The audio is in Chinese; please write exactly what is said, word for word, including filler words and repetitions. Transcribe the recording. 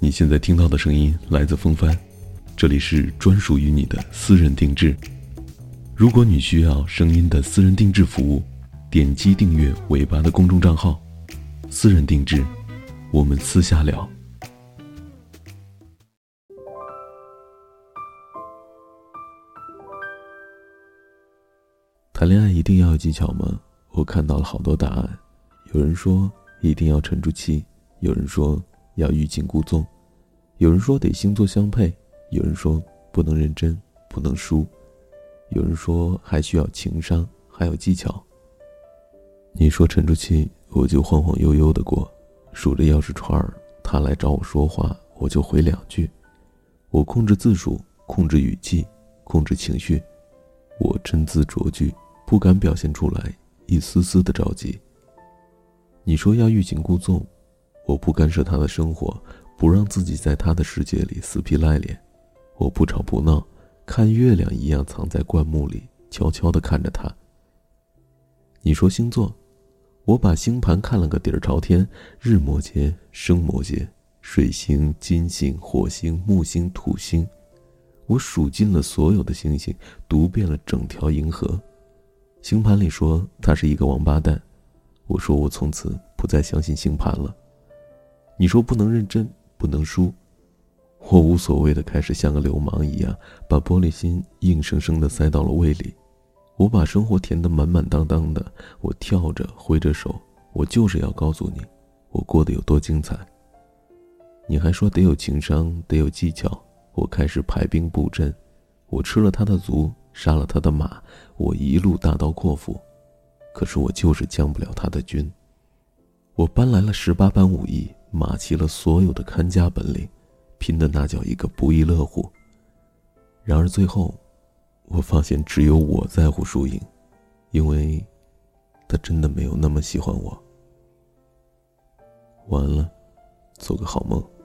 你现在听到的声音来自风帆，这里是专属于你的私人定制。如果你需要声音的私人定制服务，点击订阅尾巴的公众账号，私人定制，我们私下聊。谈恋爱一定要有技巧吗？我看到了好多答案，有人说一定要沉住气，有人说要欲擒故纵，有人说得星座相配，有人说不能认真，不能输，有人说还需要情商，还有技巧。你说沉住气，我就晃晃悠悠的过，数着钥匙串儿，他来找我说话，我就回两句。我控制字数，控制语气，控制情绪，我斟字酌句，不敢表现出来一丝丝的着急。你说要欲擒故纵，我不干涉他的生活，不让自己在他的世界里死皮赖脸，我不吵不闹，看月亮一样藏在灌木里，悄悄地看着他。你说星座，我把星盘看了个底儿朝天，日摩羯、生摩羯、水星、金星、火星、木星、土星，我数尽了所有的星星，读遍了整条银河。星盘里说他是一个王八蛋，我说我从此不再相信星盘了。你说不能认真，不能输，我无所谓的开始像个流氓一样，把玻璃心硬生生的塞到了胃里。我把生活填得满满当当的，我跳着挥着手，我就是要告诉你，我过得有多精彩。你还说得有情商，得有技巧，我开始排兵布阵，我吃了他的卒，杀了他的马，我一路大刀阔斧，可是我就是将不了他的军。我搬来了十八般武艺，码齐了所有的看家本领，拼的那叫一个不亦乐乎。然而最后我发现只有我在乎输赢，因为他真的没有那么喜欢我。完了，做个好梦。